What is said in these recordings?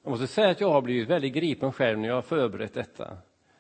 Jag måste säga att jag har blivit väldigt gripen själv när jag har förberett detta.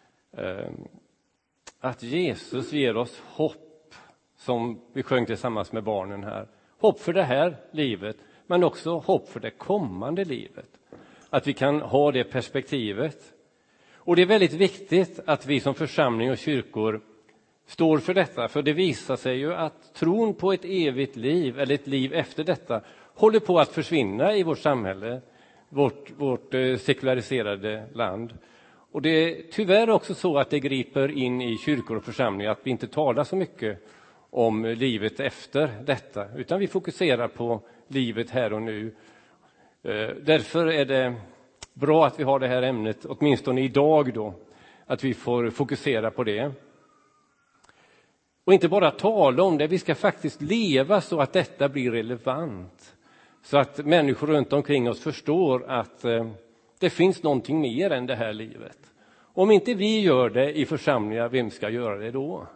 Att Jesus ger oss hopp, som vi sjöng tillsammans med barnen här. Hopp för det här livet, men också hopp för det kommande livet. Att vi kan ha det perspektivet. Och det är väldigt viktigt att vi som församling och kyrkor står för detta. För det visar sig ju att tron på ett evigt liv, eller ett liv efter detta, håller på att försvinna i vårt samhälle, vårt sekulariserade land. Och det är tyvärr också så att det griper in i kyrkor och församlingar att vi inte talar så mycket om livet efter detta, utan vi fokuserar på livet här och nu. Därför är det bra att vi har det här ämnet, åtminstone idag då, att vi får fokusera på det. Och inte bara tala om det, vi ska faktiskt leva så att detta blir relevant. Så att människor runt omkring oss förstår att det finns någonting mer än det här livet. Om inte vi gör det i församlingar, vem ska göra det då?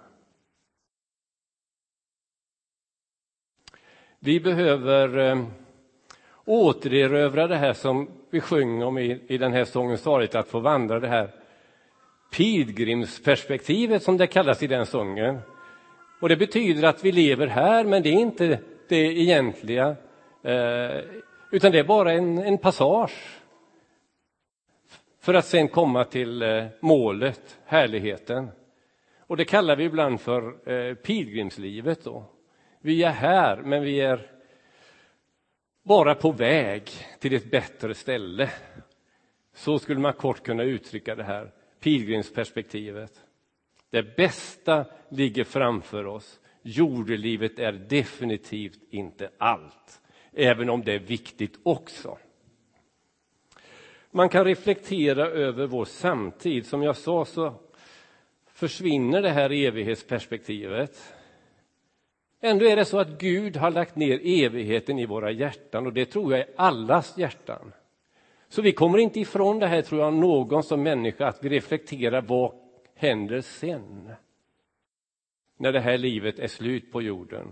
Vi behöver återerövra det här som vi sjöng om i den här sången Saligt att få vandra, det här pilgrimsperspektivet som det kallas i den sången. Och det betyder att vi lever här, men det är inte det egentliga, utan det är bara en passage för att sen komma till målet, härligheten. Och det kallar vi ibland för pilgrimslivet då. Vi är här, men vi är bara på väg till ett bättre ställe. Så skulle man kort kunna uttrycka det här pilgrimsperspektivet. Det bästa ligger framför oss. Jordelivet är definitivt inte allt, även om det är viktigt också. Man kan reflektera över vår samtid. Som jag sa så försvinner det här evighetsperspektivet. Ändå är det så att Gud har lagt ner evigheten i våra hjärtan, och det tror jag är allas hjärtan. Så vi kommer inte ifrån det här, tror jag, någon som människa, att vi reflekterar vad händer sen när det här livet är slut på jorden.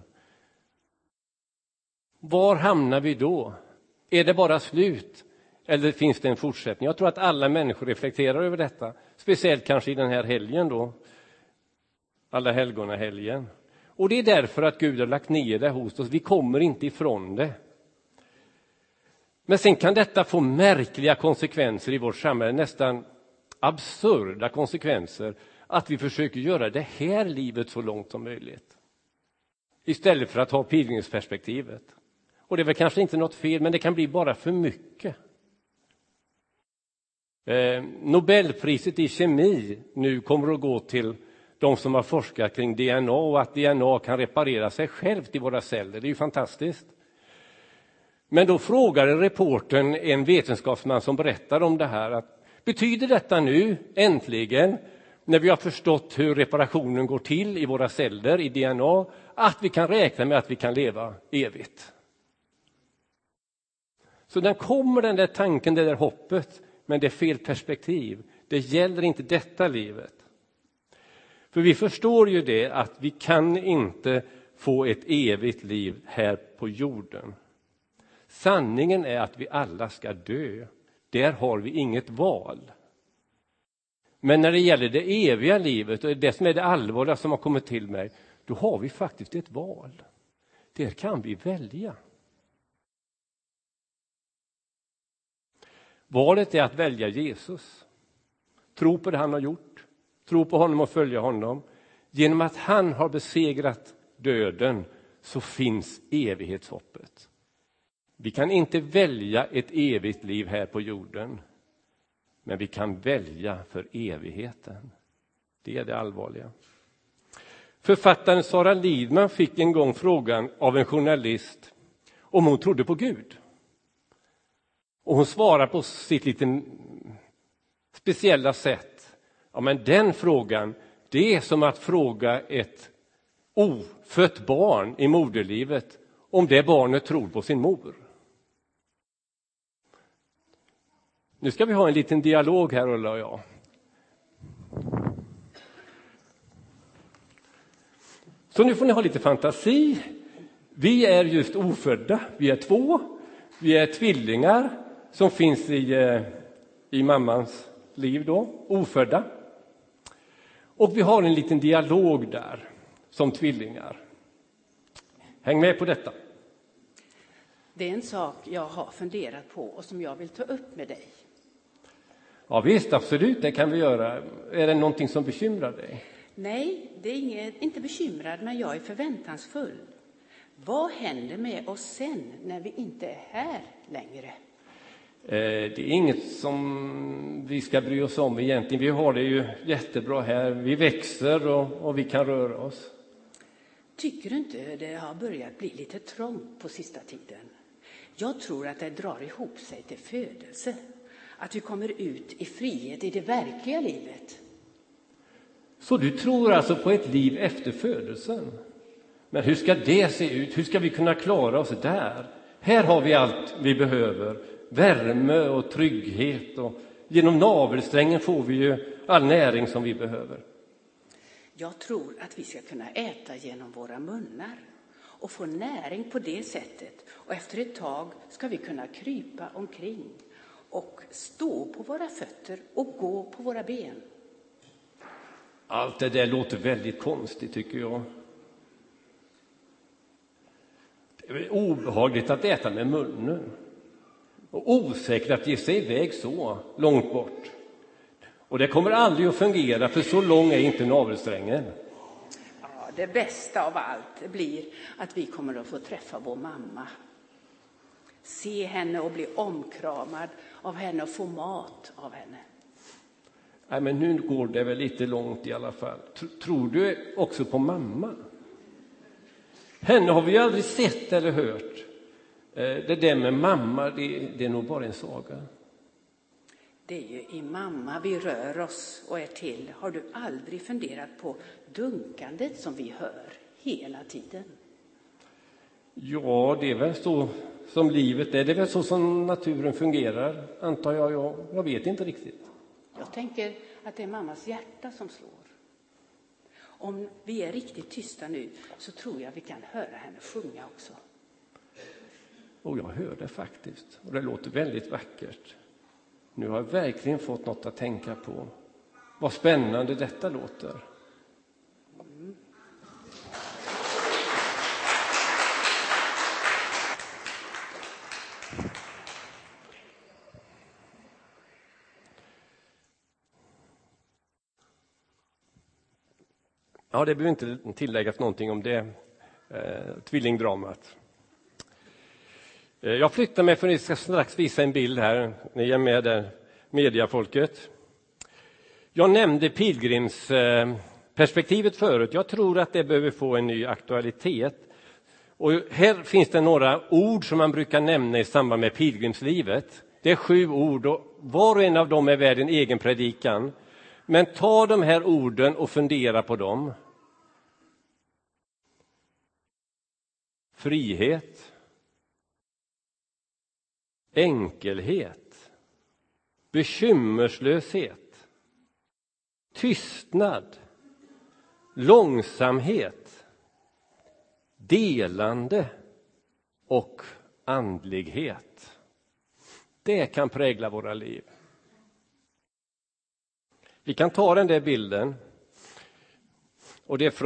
Var hamnar vi då? Är det bara slut? Eller finns det en fortsättning? Jag tror att alla människor reflekterar över detta. Speciellt kanske i den här helgen då. Alla helgonahelgen. Och det är därför att Gud har lagt ner det hos oss. Vi kommer inte ifrån det. Men sen kan detta få märkliga konsekvenser i vårt samhälle. Nästan absurda konsekvenser. Att vi försöker göra det här livet så långt som möjligt. Istället för att ha pilgrimsperspektivet. Och det är väl kanske inte något fel, men det kan bli bara för mycket. Nobelpriset i kemi nu kommer att gå till de som har forskat kring DNA, och att DNA kan reparera sig självt i våra celler. Det är ju fantastiskt. Men då frågade reportern en vetenskapsman som berättar om det här, att betyder detta nu äntligen, när vi har förstått hur reparationen går till i våra celler i DNA, att vi kan räkna med att vi kan leva evigt? Så den kommer den där tanken, det där hoppet, men det är fel perspektiv. Det gäller inte detta livet. För vi förstår ju det, att vi kan inte få ett evigt liv här på jorden. Sanningen är att vi alla ska dö. Där har vi inget val. Men när det gäller det eviga livet, och det som är det allvarliga som har kommit till mig, då har vi faktiskt ett val. Där kan vi välja. Valet är att välja Jesus. Tro på det han har gjort. Tro på honom och följa honom. Genom att han har besegrat döden så finns evighetshoppet. Vi kan inte välja ett evigt liv här på jorden. Men vi kan välja för evigheten. Det är det allvarliga. Författaren Sara Lidman fick en gång frågan av en journalist om hon trodde på Gud. Och hon svarar på sitt lite speciella sätt. Ja, men den frågan, det är som att fråga ett ofött barn i moderlivet om det barnet tror på sin mor. Nu ska vi ha en liten dialog här, Ulla och jag. Så nu får ni ha lite fantasi. Vi är just ofödda. Vi är 2. Vi är tvillingar som finns i mammans liv då, ofödda. Och vi har en liten dialog där som tvillingar. Häng med på detta. Det är en sak jag har funderat på och som jag vill ta upp med dig. Ja visst, absolut, det kan vi göra. Är det någonting som bekymrar dig? Nej, det är inte bekymrad, men jag är förväntansfull. Vad händer med oss sen när vi inte är här längre? Det är inget som vi ska bry oss om egentligen. Vi har det ju jättebra här. Vi växer och vi kan röra oss. Tycker du inte det har börjat bli lite trångt på sista tiden? Jag tror att det drar ihop sig till födelse. Att vi kommer ut i frihet i det verkliga livet. Så du tror alltså på ett liv efter födelsen? Men hur ska det se ut? Hur ska vi kunna klara oss där? Här har vi allt vi behöver. Värme och trygghet. Och genom navelsträngen får vi ju all näring som vi behöver. Jag tror att vi ska kunna äta genom våra munnar och få näring på det sättet. Och efter ett tag ska vi kunna krypa omkring och stå på våra fötter och gå på våra ben. Allt det där låter väldigt konstigt tycker jag. Det är obehagligt att äta med munnen. Och osäkert att ge sig iväg så långt bort. Och det kommer aldrig att fungera, för så lång är inte navelsträngen. Ja, det bästa av allt blir att vi kommer att få träffa vår mamma. Se henne och bli omkramad av henne och få mat av henne. Nej, men nu går det väl lite långt i alla fall. Tror du också på mamma? Henne har vi ju aldrig sett eller hört. Det där med mamma, det är nog bara en saga. Det är ju i mamma vi rör oss och är till. Har du aldrig funderat på dunkandet som vi hör hela tiden? Ja, det är väl så som livet är. Det är väl så som naturen fungerar, antar jag. Jag vet inte riktigt. Jag tänker att det är mammas hjärta som slår. Om vi är riktigt tysta nu så tror jag vi kan höra henne sjunga också. Och jag hör det faktiskt. Och det låter väldigt vackert. Nu har jag verkligen fått något att tänka på. Vad spännande detta låter. Ja, det behöver inte tilläggas någonting om det tvillingdramat. Jag flyttar mig för att jag ska strax visa en bild här. Ni är med där, mediafolket. Jag nämnde pilgrimsperspektivet förut. Jag tror att det behöver få en ny aktualitet. Och här finns det några ord som man brukar nämna i samband med pilgrimslivet. Det är 7 ord och var och en av dem är värd en egen predikan. Men ta de här orden och fundera på dem. Frihet. Enkelhet. Bekymmerslöshet. Tystnad. Långsamhet. Delande och andlighet. Det kan prägla våra liv. Vi kan ta den där bilden. Och det är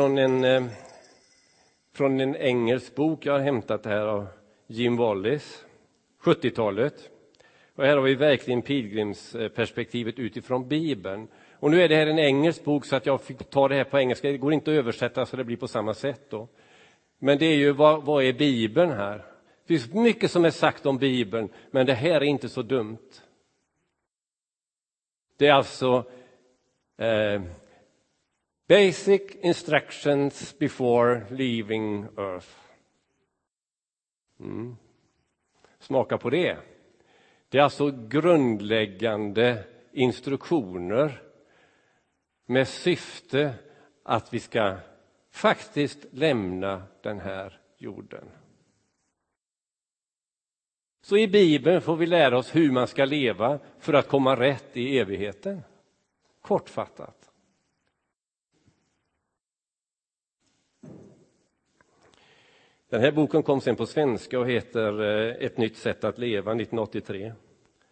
från en engelsk bok jag har hämtat här av Jim Wallis, 70-talet. Och här har vi verkligen pilgrimsperspektivet utifrån Bibeln. Och nu är det här en engelsk bok så att jag fick ta det här på engelska. Det går inte att översätta så det blir på samma sätt då. Men det är ju, vad är Bibeln här? Det finns mycket som är sagt om Bibeln, men det här är inte så dumt. Det är alltså basic instructions before leaving earth. Smaka på det. Det är alltså grundläggande instruktioner med syfte att vi ska faktiskt lämna den här jorden. Så i Bibeln får vi lära oss hur man ska leva för att komma rätt i evigheten. Kortfattat. Den här boken kom sen på svenska och heter Ett nytt sätt att leva 1983.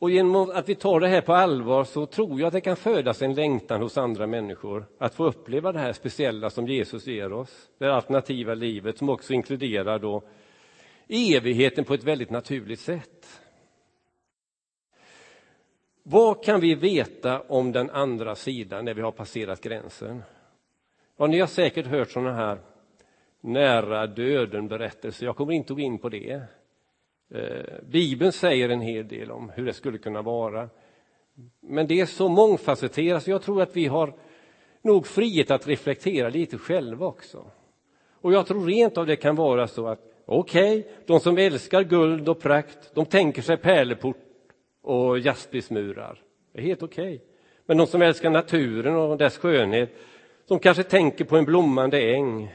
Och genom att vi tar det här på allvar så tror jag att det kan födas en längtan hos andra människor att få uppleva det här speciella som Jesus ger oss. Det alternativa livet som också inkluderar då evigheten på ett väldigt naturligt sätt. Vad kan vi veta om den andra sidan när vi har passerat gränsen? Ja, ni har säkert hört sådana här nära döden berättelser. Jag kommer inte gå in på det. Bibeln säger en hel del om hur det skulle kunna vara. Men det är så mångfacetterat så jag tror att vi har nog frihet att reflektera lite själva också. Och jag tror rent av det kan vara så att de som älskar guld och prakt, de tänker sig pärleport och jaspismurar. Det är helt okej. Men de som älskar naturen och dess skönhet, de kanske tänker på en blommande äng.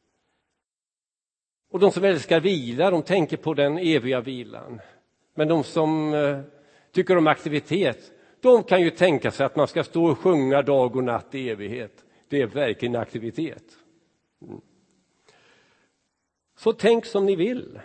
Och de som älskar vila, de tänker på den eviga vilan. Men de som tycker om aktivitet, de kan ju tänka sig att man ska stå och sjunga dag och natt i evighet. Det är verkligen aktivitet. Så tänk som ni vill.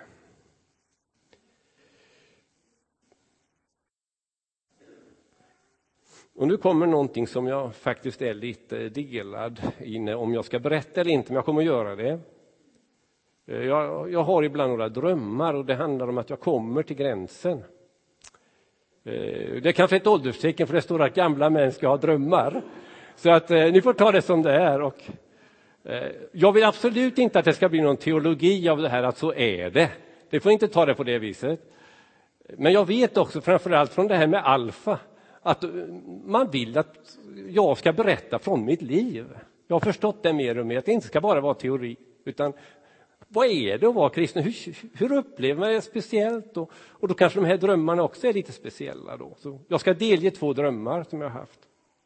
Och nu kommer någonting som jag faktiskt är lite delad inne om jag ska berätta eller inte, men jag kommer att göra det. Jag har ibland några drömmar och det handlar om att jag kommer till gränsen. Det är kanske ett ålderstecken för det står att gamla män ska ha drömmar. Så att ni får ta det som det är. Och, jag vill absolut inte att det ska bli någon teologi av det här att så är det. Det får inte ta det på det viset. Men jag vet också framförallt från det här med alfa att man vill att jag ska berätta från mitt liv. Jag har förstått det mer och mer att det inte ska bara vara teori utan vad är det att vara kristen? Hur upplever man det speciellt? Och då kanske de här drömmarna också är lite speciella. Då. Så jag ska delge 2 drömmar som jag har haft.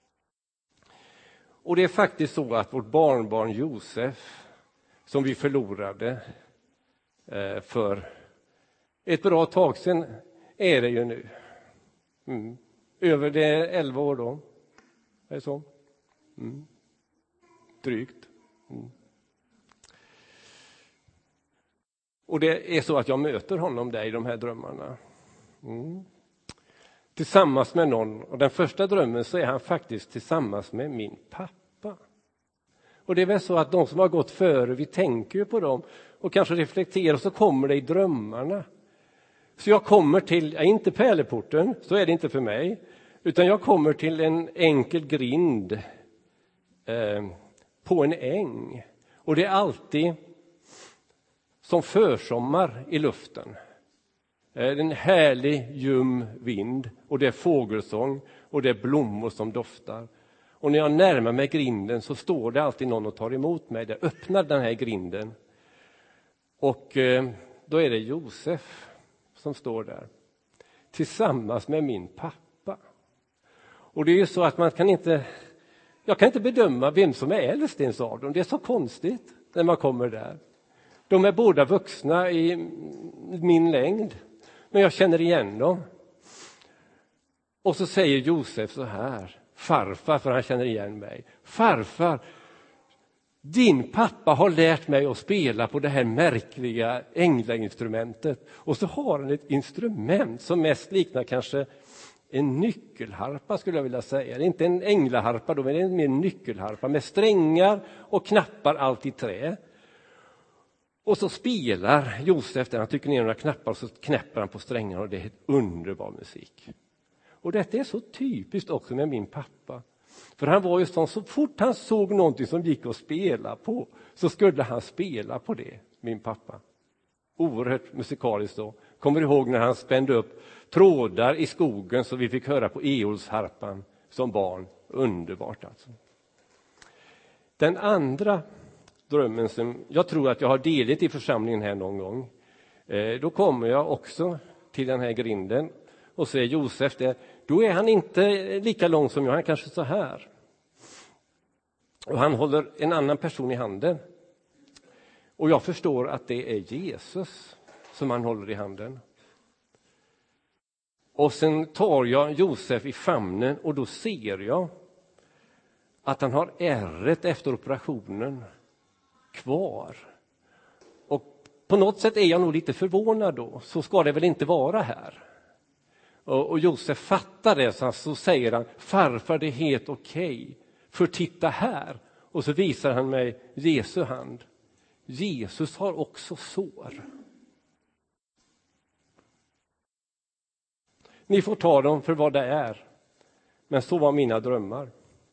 Och det är faktiskt så att vårt barnbarn Josef, som vi förlorade för ett bra tag sedan, är det ju nu. Över det 11 år då. Är det så? Drygt. Och det är så att jag möter honom där i de här drömmarna. Tillsammans med någon. Och den första drömmen så är han faktiskt tillsammans med min pappa. Och det är väl så att de som har gått före, vi tänker ju på dem. Och kanske reflekterar och så kommer det i drömmarna. Så jag kommer till, inte pärleporten, så är det inte för mig. Utan jag kommer till en enkel grind på en äng. Och det är alltid som försommar i luften. Det är en härlig ljum vind och det är fågelsång och det är blommor som doftar. Och när jag närmar mig grinden så står det alltid någon och tar emot mig. Det öppnar den här grinden. Och då är det Josef som står där. Tillsammans med min pappa. Och det är ju så att jag kan inte bedöma vem som är äldst ens av dem. Det är så konstigt när man kommer där. De är båda vuxna i min längd. Men jag känner igen dem. Och så säger Josef så här. Farfar, för han känner igen mig. Farfar, din pappa har lärt mig att spela på det här märkliga änglainstrumentet. Och så har han ett instrument som mest liknar kanske en nyckelharpa skulle jag vilja säga. Det är inte en änglaharpa då, men det är mer en nyckelharpa med strängar och knappar allt i trä. Och så spelar Josef där, han trycker ner några knappar och så knäpper han på strängarna och det är ett underbar musik. Och detta är så typiskt också med min pappa. För han var ju sån, så fort han såg någonting som gick att spela på så skulle han spela på det, min pappa. Oerhört musikaliskt då. Kommer du ihåg när han spände upp trådar i skogen så vi fick höra på eolsharpan som barn? Underbart alltså. Den andra drömmen som jag tror att jag har delat i församlingen här någon gång. Då kommer jag också till den här grinden och ser Josef där. Då är han inte lika lång som jag, han är kanske så här. Och han håller en annan person i handen. Och jag förstår att det är Jesus som han håller i handen. Och sen tar jag Josef i famnen och då ser jag att han har ärret efter operationen kvar. Och på något sätt är jag nog lite förvånad då. Så ska det väl inte vara här. Och Josef fattar det, så säger han: farfar, det är helt okej. För titta här. Och så visar han mig Jesu hand. Jesus har också sår. Ni får ta dem för vad det är. Men så var mina drömmar.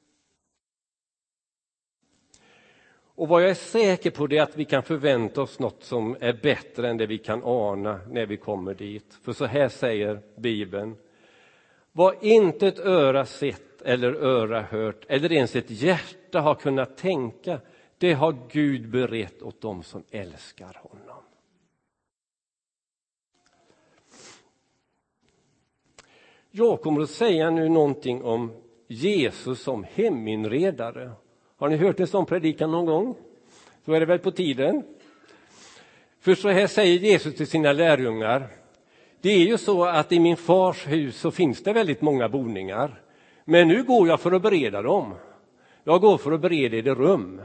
Och vad jag är säker på, det är att vi kan förvänta oss något som är bättre än det vi kan ana när vi kommer dit. För så här säger Bibeln: vad inte ett öra sett eller öra hört eller ens ett hjärta har kunnat tänka, det har Gud berett åt dem som älskar honom. Jag kommer att säga nu någonting om Jesus som heminredare. Har ni hört en sån predikan någon gång? Så är det väl på tiden. För så här säger Jesus till sina lärjungar: det är ju så att i min fars hus så finns det väldigt många boningar. Men nu går jag för att bereda dem. Jag går för att bereda i det rum.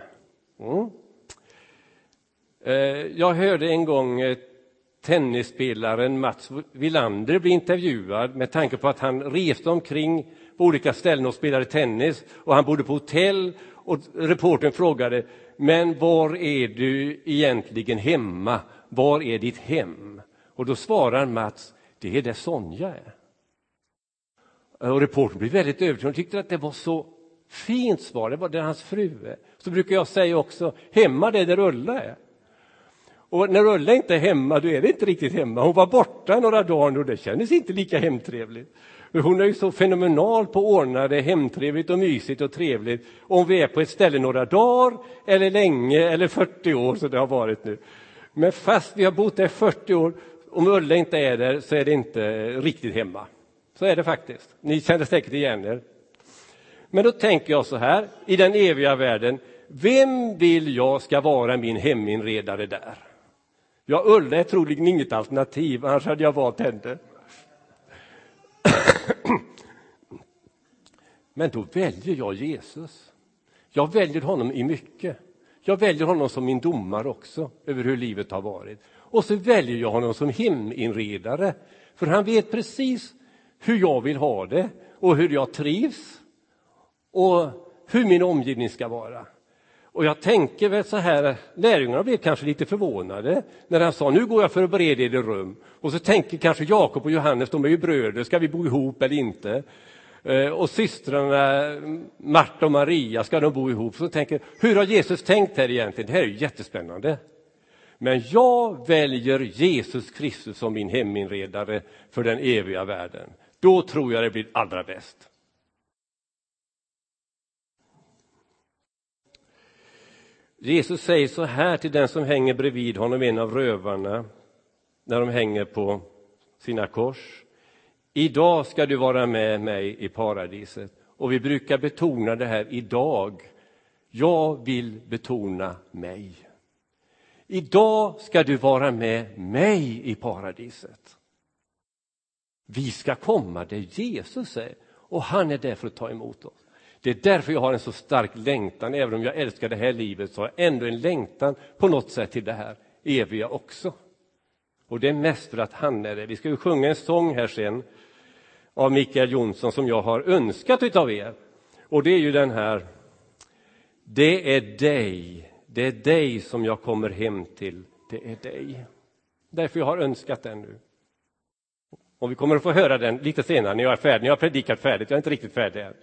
Jag hörde en gång tennisspelaren Mats Wilander bli intervjuad med tanke på att han reste omkring på olika ställen och spelade tennis. Och han bodde på hotell, och reportern frågade: men var är du egentligen hemma? Var är ditt hem? Och då svarar Mats: det är där Sonja är. Och reportern blev väldigt övertygad och tyckte att det var så fint svar. Det var där hans fru är. Så brukar jag säga också: hemma det är där Ulla är. Och när Ulla inte är hemma, då är det inte riktigt hemma. Hon var borta några dagar och det kändes inte lika hemtrevligt. Hon är ju så fenomenal på att ordna det hemtrevligt och mysigt och trevligt. Om vi är på ett ställe några dagar eller länge eller 40 år, så det har varit nu. Men fast vi har bott där 40 år, om Ulla inte är där så är det inte riktigt hemma. Så är det faktiskt. Ni känner säkert igen er. Men då tänker jag så här: i den eviga världen, vem vill jag ska vara min heminredare där? Ja, Ulla är troligen inget alternativ, annars hade jag valt henne. Men då väljer jag Jesus. Jag väljer honom i mycket. Jag väljer honom som min domare också över hur livet har varit. Och så väljer jag honom som heminredare. För han vet precis hur jag vill ha det och hur jag trivs och hur min omgivning ska vara. Och jag tänker väl så här, lärjungarna blev kanske lite förvånade när han sa: nu går jag för att bereda i det rum. Och så tänker kanske Jakob och Johannes, de är ju bröder, ska vi bo ihop eller inte? Och systrarna Marta och Maria, ska de bo ihop? Så tänker, hur har Jesus tänkt här egentligen? Det här är ju jättespännande. Men jag väljer Jesus Kristus som min heminredare för den eviga världen. Då tror jag det blir allra bäst. Jesus säger så här till den som hänger bredvid honom, en av rövarna, när de hänger på sina kors: idag ska du vara med mig i paradiset. Och vi brukar betona det här idag. Jag vill betona mig. Idag ska du vara med mig i paradiset. Vi ska komma där Jesus är, och han är där för att ta emot oss. Det är därför jag har en så stark längtan. Även om jag älskar det här livet så har jag ändå en längtan på något sätt till det här eviga också. Och det är mest för att han är det. Vi ska ju sjunga en sång här sen av Mikael Jonsson som jag har önskat utav er. Och det är ju den här: det är dig som jag kommer hem till, det är dig. Därför jag har önskat den nu. Och vi kommer att få höra den lite senare när jag är färdig. När jag har predikat färdigt, jag är inte riktigt färdig än.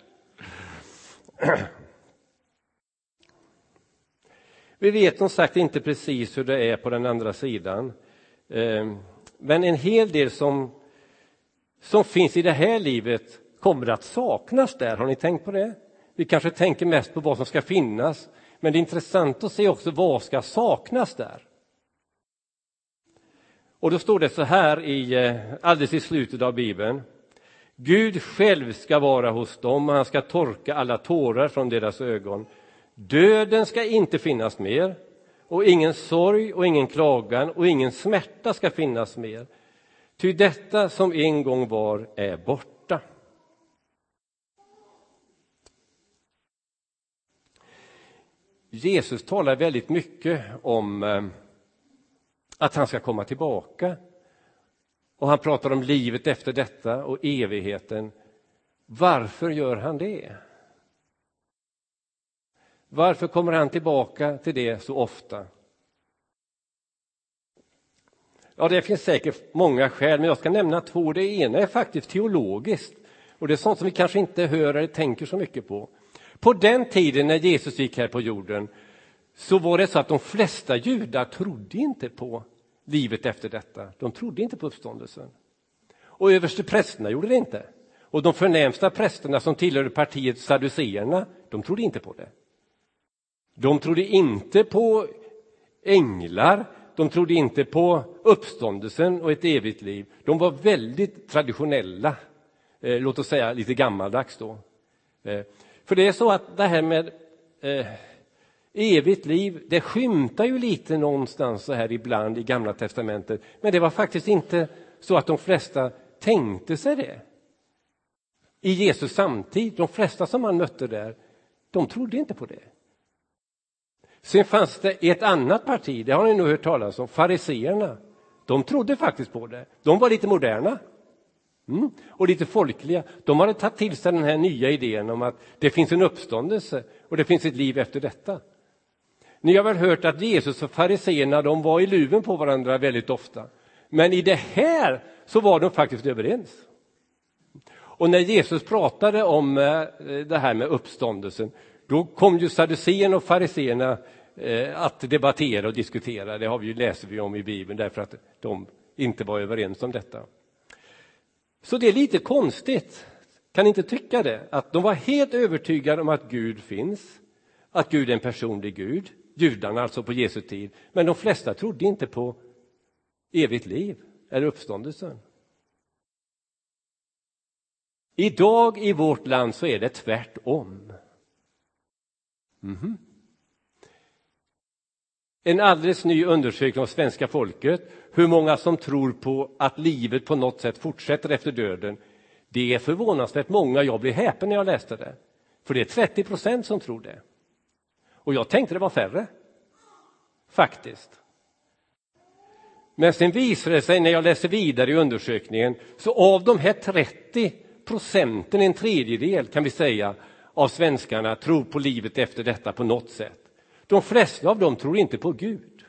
Vi vet som sagt inte precis hur det är på den andra sidan. Men en hel del som finns i det här livet kommer att saknas där. Har ni tänkt på det? Vi kanske tänker mest på vad som ska finnas. Men det är intressant att se också vad ska saknas där. Och då står det så här alldeles i slutet av Bibeln: Gud själv ska vara hos dem och han ska torka alla tårar från deras ögon. Döden ska inte finnas mer, och ingen sorg och ingen klagan och ingen smärta ska finnas mer. Ty detta som en gång var är borta. Jesus talar väldigt mycket om att han ska komma tillbaka. Och han pratar om livet efter detta och evigheten. Varför gör han det? Varför kommer han tillbaka till det så ofta? Ja, det finns säkert många skäl, men jag ska nämna 2. Det ena är faktiskt teologiskt. Och det är sånt som vi kanske inte hör eller tänker så mycket på. På den tiden när Jesus gick här på jorden så var det så att de flesta judar trodde inte på livet efter detta. De trodde inte på uppståndelsen. Och översteprästerna gjorde det inte. Och de förnämsta prästerna som tillhörde partiet Sadduceerna, de trodde inte på det. De trodde inte på änglar. De trodde inte på uppståndelsen och ett evigt liv. De var väldigt traditionella. Låt oss säga lite gammaldags då. För det är så att det här med evigt liv, det skymtar ju lite någonstans så här ibland i Gamla testamentet. Men det var faktiskt inte så att de flesta tänkte sig det. I Jesus samtid, de flesta som man mötte där, de trodde inte på det. Sen fanns det ett annat parti, det har ni nog hört talas om, fariseerna. De trodde faktiskt på det. De var lite moderna och lite folkliga. De hade tagit till sig den här nya idén om att det finns en uppståndelse och det finns ett liv efter detta. Ni har väl hört att Jesus och fariseerna, de var i luven på varandra väldigt ofta. Men i det här så var de faktiskt överens. Och när Jesus pratade om det här med uppståndelsen, då kom ju sadduceerna och fariseerna att debattera och diskutera. Det har läser vi om i Bibeln därför att de inte var överens om detta. Så det är lite konstigt, kan inte tycka det, att de var helt övertygade om att Gud finns, att Gud är en personlig Gud, judarna alltså på Jesu tid, men de flesta trodde inte på evigt liv eller uppståndelsen. Idag i vårt land så är det tvärtom. En alldeles ny undersökning av svenska folket, hur många som tror på att livet på något sätt fortsätter efter döden. Det är förvånansvärt många, jag blev häpen när jag läste det. För det är 30% som tror det. Och jag tänkte det var färre. Faktiskt. Men sen visar det sig när jag läser vidare i undersökningen, så av de här 30%, en tredjedel kan vi säga, av svenskarna tror på livet efter detta på något sätt. De flesta av dem tror inte på Gud.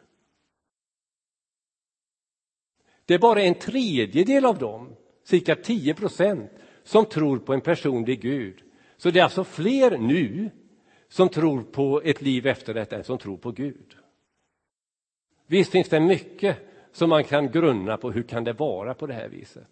Det är bara en tredjedel av dem, cirka 10%, som tror på en personlig Gud. Så det är alltså fler nu som tror på ett liv efter detta än som tror på Gud. Visst finns det mycket som man kan grunna på, hur kan det vara på det här viset.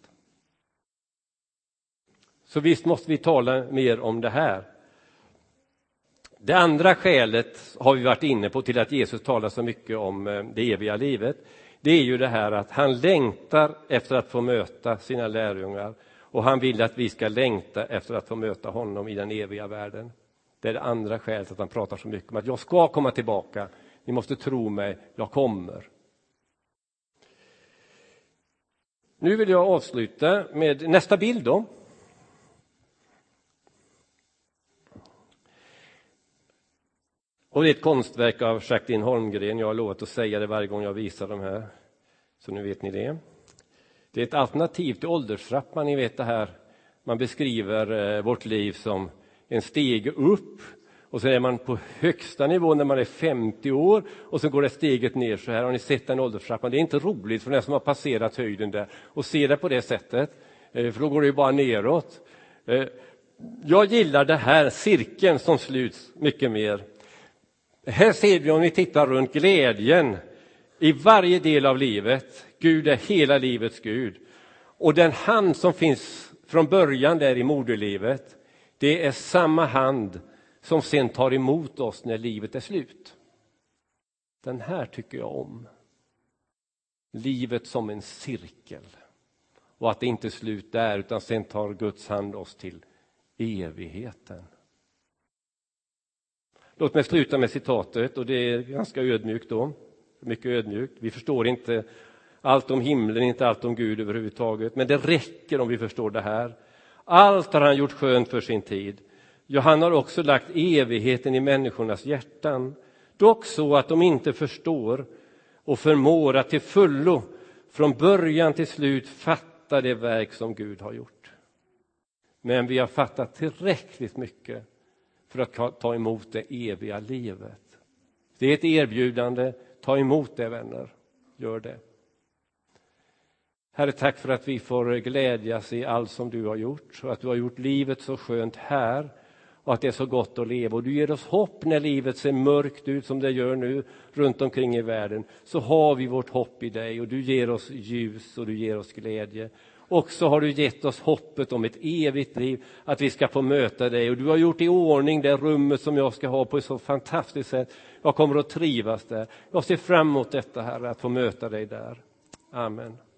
Så visst måste vi tala mer om det här. Det andra skälet har vi varit inne på till att Jesus talar så mycket om det eviga livet. Det är ju det här att han längtar efter att få möta sina lärjungar. Och han vill att vi ska längta efter att få möta honom i den eviga världen. Det är det andra skälet att han pratar så mycket om att jag ska komma tillbaka. Ni måste tro mig, jag kommer. Nu vill jag avsluta med nästa bild då. Och det är ett konstverk av Jacqueline Holmgren. Jag har lovat att säga det varje gång jag visar de här. Så nu vet ni det. Det är ett alternativ till ålderstrappan. Ni vet det här. Man beskriver vårt liv som en stege upp. Och så är man på högsta nivå när man är 50 år. Och så går det steget ner så här. Har ni sett den ålderstrappan? Det är inte roligt för den som har passerat höjden där. Och se det på det sättet. För då går det ju bara neråt. Jag gillar det här cirkeln som sluts mycket mer. Här ser vi, om ni tittar runt, glädjen i varje del av livet. Gud är hela livets Gud. Och den hand som finns från början där i moderlivet, det är samma hand som sen tar emot oss när livet är slut. Den här tycker jag om. Livet som en cirkel. Och att det inte är slut där, utan sen tar Guds hand oss till evigheten. Låt mig sluta med citatet, och det är ganska ödmjukt då. Mycket ödmjukt. Vi förstår inte allt om himlen, inte allt om Gud överhuvudtaget. Men det räcker om vi förstår det här. Allt har han gjort skönt för sin tid. Ja, han har också lagt evigheten i människornas hjärtan. Dock så att de inte förstår och förmår att till fullo från början till slut fatta fattar det verk som Gud har gjort. Men vi har fattat tillräckligt mycket för att ta emot det eviga livet. Det är ett erbjudande. Ta emot det, vänner. Gör det. Herre, tack för att vi får glädjas i allt som du har gjort. Och att du har gjort livet så skönt här. Och att det är så gott att leva. Och du ger oss hopp när livet ser mörkt ut som det gör nu runt omkring i världen. Så har vi vårt hopp i dig. Och du ger oss ljus och du ger oss glädje. Och så har du gett oss hoppet om ett evigt liv. Att vi ska få möta dig. Och du har gjort i ordning det rummet som jag ska ha på ett så fantastiskt sätt. Jag kommer att trivas där. Jag ser fram emot detta, Herre, att få möta dig där. Amen.